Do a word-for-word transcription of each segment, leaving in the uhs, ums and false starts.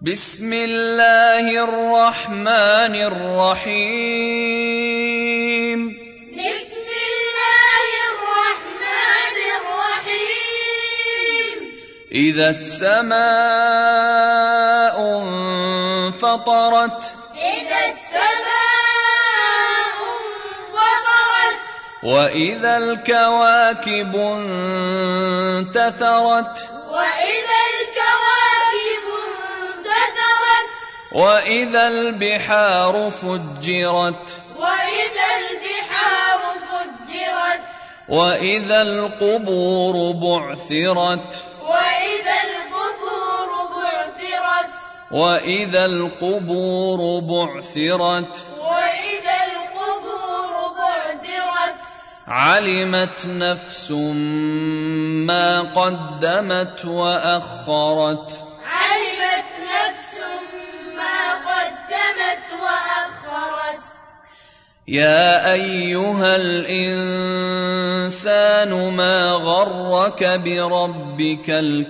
بسم الله الرحمن الرحيم بسم الله الرحمن الرحيم إذا السماء انفطرت إذا السماء انفطرت وإذا الكواكب انتثرت وإذا الكواكب انتثرت وإذا البحار فجرت وإذا البحار فجرت وإذا القبور بعثرت وإذا القبور بعثرت وإذا القبور بعثرت وإذا القبور بعثرت علمت نفس ما قدمت وأخرت علمت نفس ما قدمت وأخرت يا أيها الإنسان ما غرك بربك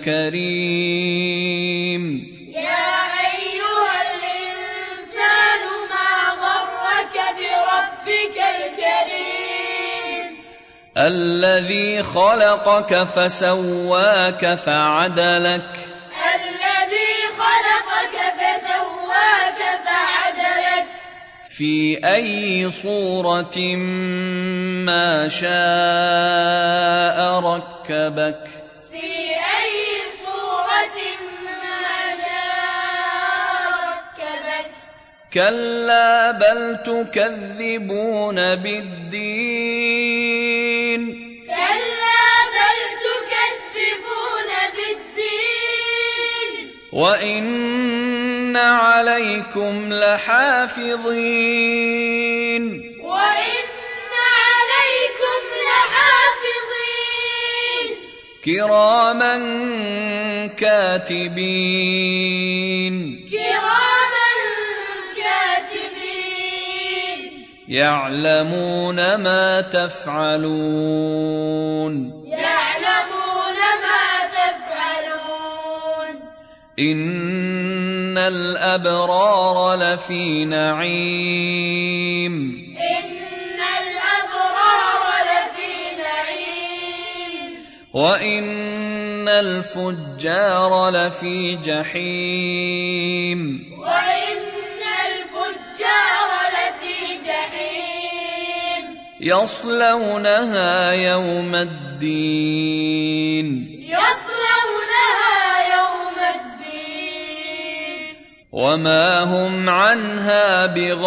الكريم يا أيها الإنسان ما غرك بربك الكريم الذي خلقك فسواك فعدلك الذي خلقك فسواك فعدلك في أي صورة ما شاء ركبك في أي صورة ما شاء ركبك كلا بل تكذبون بالدين كلا بل تكذبون بالدين وإن عليكم لحافظين وإن عليكم لحافظين كراما كاتبين كراما كاتبين يعلمون ما تفعلون يعلمون ما تفعلون إن الأبرار لفي نعيم إن الأبرار لفي نعيم وإن الفجار لفي جحيم وإن الفجار لفي جحيم يصلونها يوم الدين يصلونها يوم الدين وما هم عنها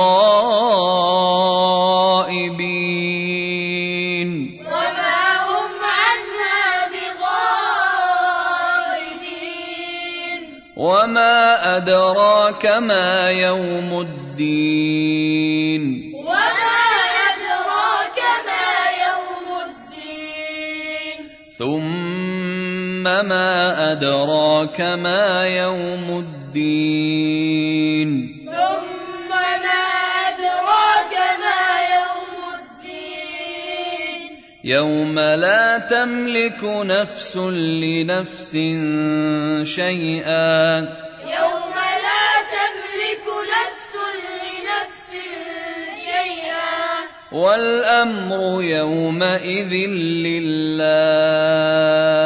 بغائبين وما هم عنها بغائبين وما أدراك ما يوم الدين وما أدراك ما يوم الدين ثم ما أدراك ما يوم الدين ثم ما أدراك ما يوم الدين يوم لا تملك نفس لنفس شيئا يوم لا تملك نفس لنفس شيئا والأمر يومئذ لله